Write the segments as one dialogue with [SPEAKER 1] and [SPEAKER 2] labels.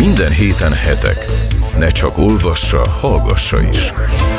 [SPEAKER 1] Minden héten hetek. Ne csak olvassa, hallgassa is.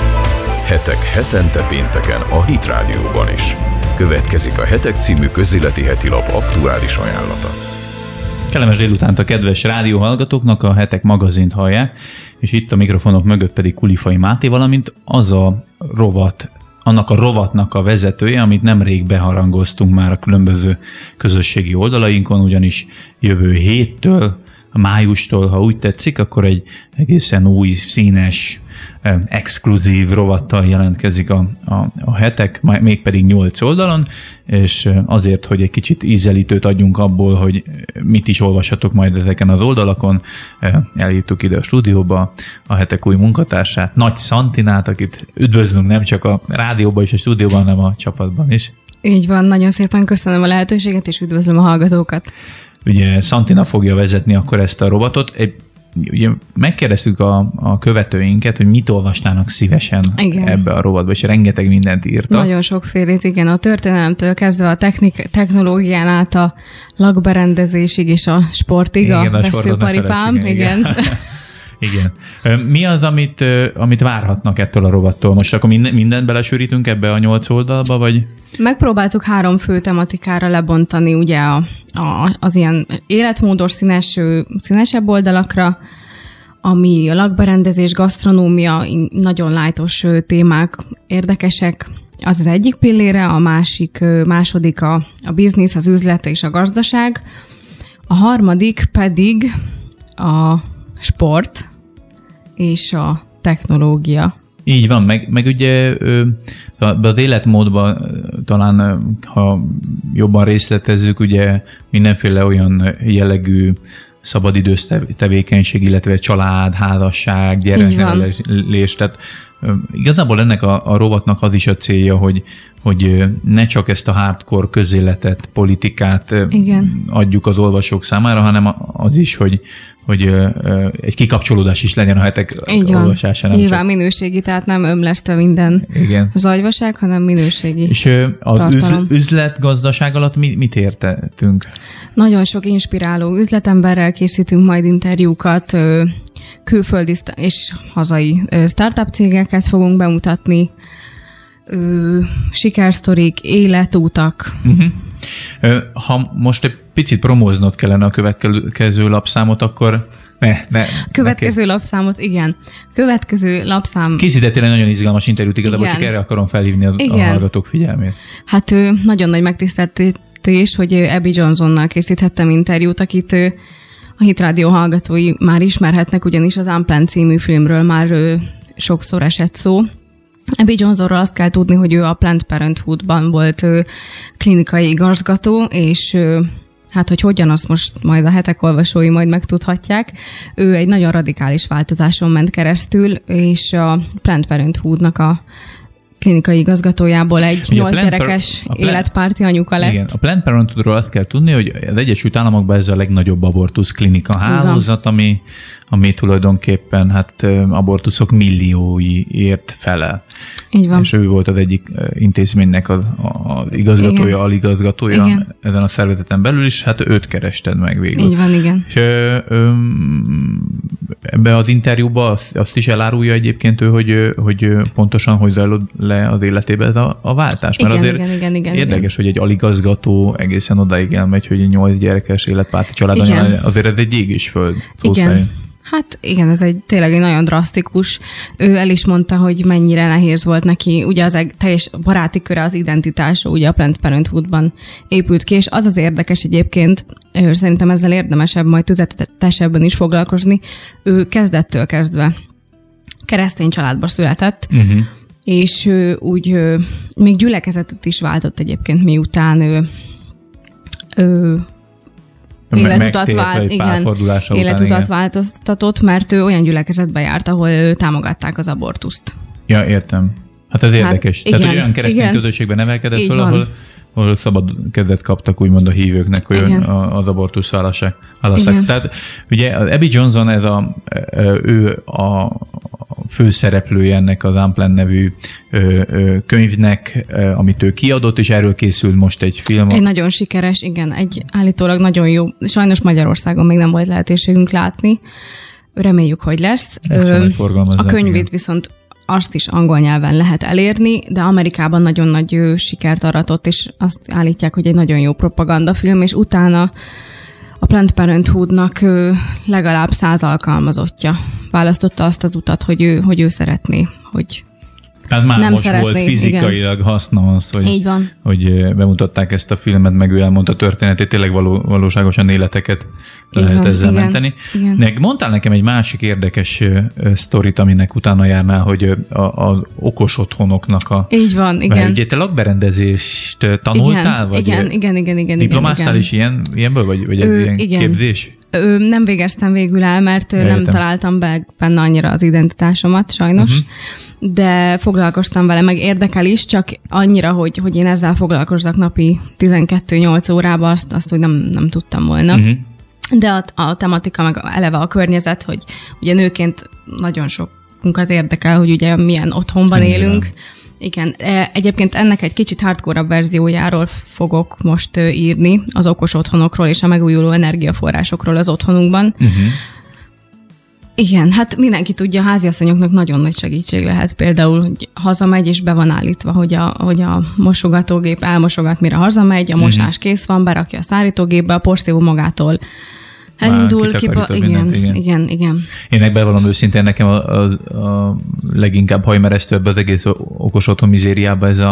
[SPEAKER 1] Hetek hetente pénteken a Hit Rádióban is. Következik a Hetek című közéleti hetilap aktuális ajánlata.
[SPEAKER 2] Kellemes délutánt a kedves rádióhallgatóknak, a Hetek magazint hallják, és itt a mikrofonok mögött pedig Kulifai Máté, valamint az a rovat, annak a rovatnak a vezetője, amit nemrég beharangoztunk már a különböző közösségi oldalainkon, ugyanis jövő héttől, májustól, ha úgy tetszik, akkor egy egészen új, színes, exkluzív rovattal jelentkezik a Hetek, mégpedig 8 oldalon, és azért, hogy egy kicsit ízelítőt adjunk abból, hogy mit is olvashatok majd ezeken az oldalakon, elhívtuk ide a stúdióba a Hetek új munkatársát, Nagy Szantinát, akit üdvözlünk nem csak a rádióban és a stúdióban, hanem a csapatban is.
[SPEAKER 3] Így van, nagyon szépen köszönöm a lehetőséget, és üdvözlöm a hallgatókat.
[SPEAKER 2] Ugye Szantina fogja vezetni akkor ezt a rovatot. Ugye megkérdeztük a követőinket, hogy mit olvasnának szívesen ebbe a rovatba, és rengeteg mindent írtak.
[SPEAKER 3] Nagyon sokfélét, igen. A történelemtől kezdve a technológián át a lakberendezésig és a sportig, igen, a veszőparipám. Igen.
[SPEAKER 2] Igen. Mi az, amit várhatnak ettől a rovattól? Most akkor mindent belesűrítünk ebbe a 8 oldalba, vagy?
[SPEAKER 3] Megpróbáltuk 3 fő tematikára lebontani, ugye az ilyen életmódos, színesebb oldalakra, ami a lakberendezés, gasztronómia, nagyon lájtos témák, érdekesek. Az egyik pillére, a második a biznisz, az üzlet és a gazdaság. A harmadik pedig a sport és a technológia.
[SPEAKER 2] Így van, meg ugye az életmódban talán, ha jobban részletezzük, ugye mindenféle olyan jellegű szabadidős tevékenység, illetve család, házasság, gyereknevelés, tehát igazából ennek a rovatnak az is a célja, hogy ne csak ezt a hardcore közéletet, politikát adjuk az olvasók számára, hanem az is, hogy egy kikapcsolódás is legyen a Hetek olvasásán.
[SPEAKER 3] Nyilván minőségi, tehát nem ömlesztve minden zajvaság, hanem minőségi
[SPEAKER 2] és az üzletgazdaság alatt mit értettünk?
[SPEAKER 3] Nagyon sok inspiráló üzletemberrel készítünk majd interjúkat, külföldi és hazai startup cégeket fogunk bemutatni, sikersztorik, életútak.
[SPEAKER 2] Ha most egy picit promóznod kellene a következő lapszámot, akkor
[SPEAKER 3] Következő lapszámot, igen. Következő lapszám...
[SPEAKER 2] Készítettél egy nagyon izgalmas interjút, igazából csak erre akarom felhívni a hallgatók figyelmét.
[SPEAKER 3] Hát nagyon nagy megtiszteltetés, hogy Abby Johnsonnal készíthettem interjút, akit a Hit Rádió hallgatói már ismerhetnek, ugyanis az Unplanned című filmről már sokszor esett szó. Abby Johnsonról azt kell tudni, hogy ő a Planned Parenthoodban volt klinikai igazgató, és hát, hogy hogyan, azt most majd a Hetek olvasói majd megtudhatják. Ő egy nagyon radikális változáson ment keresztül, és a Planned Parenthoodnak a klinikai igazgatójából egy 8 gyerekes életpárti anyuka lett. Igen,
[SPEAKER 2] a Planned Parenthoodról azt kell tudni, hogy az Egyesült Államokban ez a legnagyobb abortusz klinika hálózat, ami tulajdonképpen abortuszok millióiért felel.
[SPEAKER 3] Így van.
[SPEAKER 2] És ő volt az egyik intézménynek az igazgatója, aligazgatója ezen a szervezeten belül is, hát őt kerested meg végül.
[SPEAKER 3] Így van, igen.
[SPEAKER 2] És ebbe az interjúban azt is elárulja egyébként ő, hogy pontosan hogy zajlott le az életében ez a váltás. Mert
[SPEAKER 3] igen,
[SPEAKER 2] érdekes, hogy egy aligazgató egészen odáig elmegy, hogy egy 8 gyerekes életpárti családanyja, azért ez egy ég és föld.
[SPEAKER 3] Igen. Hát igen, ez tényleg egy nagyon drasztikus. Ő el is mondta, hogy mennyire nehéz volt neki, ugye az teljes baráti köre, az identitása ugye a Planned Parenthoodban épült ki, és az érdekes egyébként, szerintem ezzel érdemesebb majd tüzetesebben is foglalkozni. Ő kezdettől kezdve keresztény családba született, és úgy még gyülekezetet is váltott egyébként, miután ő életutat változtatott, mert ő olyan gyülekezetbe járt, ahol támogatták az abortuszt.
[SPEAKER 2] Ja, értem. Hát ez érdekes. Tehát, hogy olyan keresztény közösségben nevelkedett föl, ahol szabad kezet kaptak úgymond a hívőknek, hogy az abortusz választás. Tehát ugye az Abby Johnson, ő főszereplője ennek az Unplanned nevű könyvnek, amit ő kiadott, és erről készült most egy film.
[SPEAKER 3] Egy nagyon sikeres, igen, egy állítólag nagyon jó. Sajnos Magyarországon még nem volt lehetőségünk látni. Reméljük, hogy lesz. A könyvét viszont azt is angol nyelven lehet elérni, de Amerikában nagyon nagy sikert aratott, és azt állítják, hogy egy nagyon jó propagandafilm, és utána a Planned Parenthoodnak legalább 100 alkalmazottja választotta azt az utat, hogy ő szeretné, hogy
[SPEAKER 2] tehát már nem most szeretné, volt fizikailag igen. haszna az, hogy bemutatták ezt a filmet, meg ő elmondta a történetét, tényleg valóságosan életeket lehet ezzel menteni. Igen. Mondtál nekem egy másik érdekes sztorit, aminek utána járnál, hogy az okos otthonoknak a...
[SPEAKER 3] Így van, igen.
[SPEAKER 2] Ugye te lakberendezést tanultál?
[SPEAKER 3] Igen.
[SPEAKER 2] Diplomáztál is ilyenből, vagy ilyen képzés?
[SPEAKER 3] Nem végeztem végül el, mert nem találtam be benne annyira az identitásomat, sajnos. De foglalkoztam vele, meg érdekel is, csak annyira, hogy én ezzel foglalkozzak napi 12-8 órában, azt úgy nem tudtam volna. De a tematika, meg eleve a környezet, hogy ugye nőként nagyon sokunkat érdekel, hogy ugye milyen otthonban élünk. Igen, egyébként ennek egy kicsit hardcore-abb verziójáról fogok most írni, az okos otthonokról és a megújuló energiaforrásokról az otthonunkban. Igen, hát mindenki tudja, a háziasszonyoknak nagyon nagy segítség lehet. Például, hogy hazamegy, és be van állítva, hogy a mosogatógép elmosogat, mire hazamegy, a mosás kész van, berakja a szárítógépbe, a porszívó magától elindul. Igen.
[SPEAKER 2] Én bevallom őszintén, nekem a leginkább hajmeresztő ebbe az egész okos otthon mizériába ez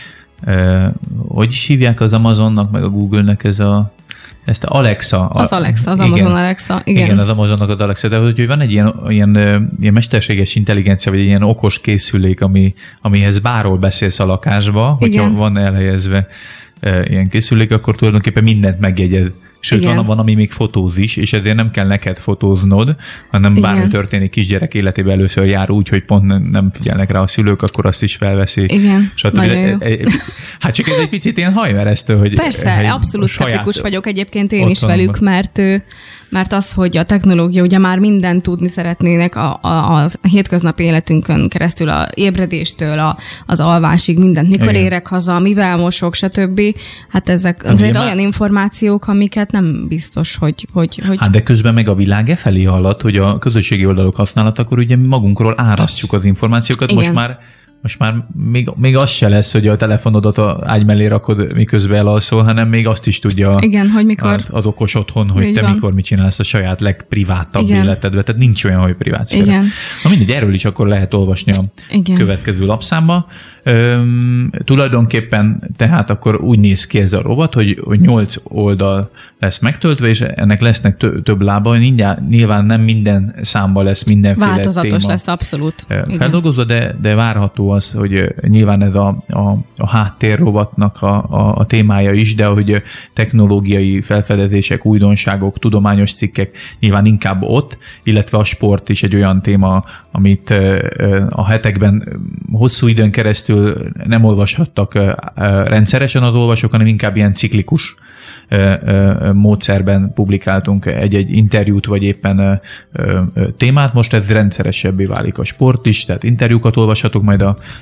[SPEAKER 2] hogy is hívják az Amazonnak, meg a Google-nek ezt a Alexa.
[SPEAKER 3] Az Amazon Alexa.
[SPEAKER 2] Igen, az Amazonnak az Alexa, de hogy van egy ilyen mesterséges intelligencia, vagy egy ilyen okos készülék, amihez bárhol beszélsz a lakásba, hogyha van elhelyezve ilyen készülék, akkor tulajdonképpen mindent megjegyez. Sőt, van, ami még fotóz is, és ezért nem kell neked fotóznod, hanem bármi történik kisgyerek életében először jár úgy, hogy pont nem figyelnek rá a szülők, akkor azt is felveszi.
[SPEAKER 3] Igen,
[SPEAKER 2] hát csak ez egy picit ilyen hajmeresztő, hogy...
[SPEAKER 3] Persze, abszolút szkeptikus vagyok egyébként én is velük, mert az, hogy a technológia ugye már mindent tudni szeretnének a hétköznapi életünkön keresztül, a ébredéstől az alvásig mindent, mikor érek haza, mivel mosok, stb. Hát ezek azért olyan információk, amiket nem biztos, hogy...
[SPEAKER 2] Hát de közben meg a világ felé halad, hogy a közösségi oldalok használatakor ugye magunkról árasztjuk az információkat. Igen. Most már még az se lesz, hogy a telefonodat a ágy mellé rakod, miközben elalszol, hanem még azt is tudja
[SPEAKER 3] hogy mikor,
[SPEAKER 2] az okos otthon, hogy te mikor mit csinálsz a saját legprivátabb életedbe. Tehát nincs olyan, hogy privát szféra. Na mindegy, erről is akkor lehet olvasni a következő lapszámba. Tulajdonképpen tehát akkor úgy néz ki ez a rovat, hogy 8 oldal lesz megtöltve, és ennek lesznek több lába. Nyilván nem minden számban lesz mindenféle
[SPEAKER 3] változatos
[SPEAKER 2] téma
[SPEAKER 3] lesz, abszolút.
[SPEAKER 2] Feldolgozva, de várható az, hogy nyilván ez a háttér rovatnak a témája is, de hogy technológiai felfedezések, újdonságok, tudományos cikkek nyilván inkább ott, illetve a sport is egy olyan téma, amit a hetekben hosszú időn keresztül nem olvashattak rendszeresen az olvasók, hanem inkább ilyen ciklikus módszerben publikáltunk egy interjút, vagy éppen témát. Most ez rendszeresebbé válik a sport is, tehát interjúkat olvashatok majd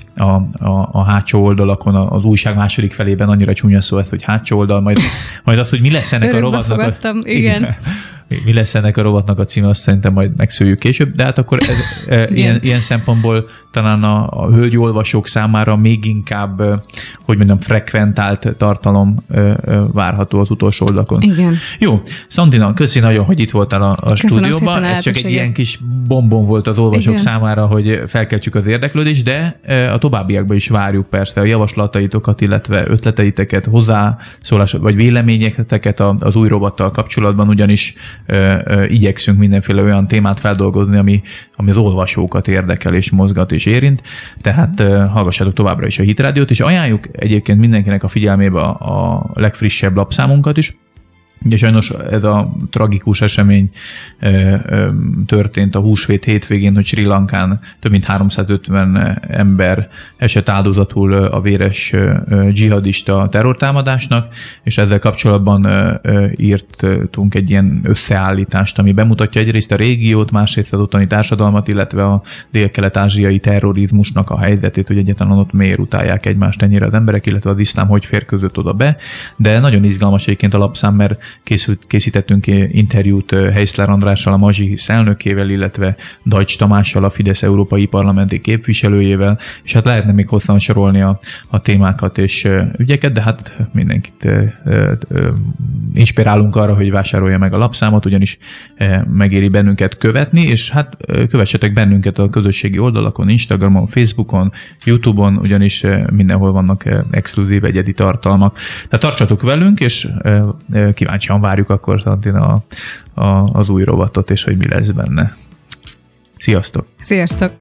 [SPEAKER 2] a hátsó oldalakon, az újság második felében annyira csúnya szó ez, hogy hátsó oldal, majd az, hogy mi lesz ennek a rovatnak.
[SPEAKER 3] Igen.
[SPEAKER 2] Mi lesz ennek a rovatnak a címe, azt szerintem majd megszőjük később, de hát akkor ilyen szempontból talán a hölgy olvasók számára még inkább, hogy mondjam, frekventált tartalom várható az utolsó oldalakon.
[SPEAKER 3] Igen.
[SPEAKER 2] Jó, Szandina, köszi nagyon, hogy itt voltál a stúdióban. Ez csak egy ilyen kis bombon volt az olvasók számára, hogy felkeltsük az érdeklődést, de a továbbiakban is várjuk persze a javaslataitokat, illetve ötleteiteket, hozzászólásot vagy véleményeket az új rovattal kapcsolatban, ugyanis igyekszünk mindenféle olyan témát feldolgozni, ami az olvasókat érdekel és mozgat és érint. Tehát hallgassátok továbbra is a Hit Rádiót, és ajánljuk egyébként mindenkinek a figyelmébe a legfrissebb lapszámunkat is, Ugye sajnos ez a tragikus esemény történt a húsvét hétvégén, hogy Sri Lankán több mint 350 ember esett áldozatul a véres dzsihadista terrortámadásnak, és ezzel kapcsolatban írtunk egy ilyen összeállítást, ami bemutatja egyrészt a régiót, másrészt az ottani társadalmat, illetve a dél-kelet-ázsiai terrorizmusnak a helyzetét, hogy egyáltalán ott miért utálják egymást ennyire az emberek, illetve az iszlám hogy férkőzött oda be. De nagyon izgalmas egyébként a lapszám, mert készítettünk interjút Heiszler Andrással, a Mazsihisz elnökével, illetve Dajcs Tamással, a Fidesz európai parlamenti képviselőjével, és hát lehetne még hosszan sorolni a témákat és ügyeket, de hát mindenkit inspirálunk arra, hogy vásárolja meg a lapszámot, ugyanis megéri bennünket követni, és hát kövessetek bennünket a közösségi oldalakon, Instagramon, Facebookon, YouTube-on, ugyanis mindenhol vannak exkluzív egyedi tartalmak. Tehát tartsatok velünk, és kíváncsian várjuk akkor az új rovatot, és hogy mi lesz benne. Sziasztok!
[SPEAKER 3] Sziasztok!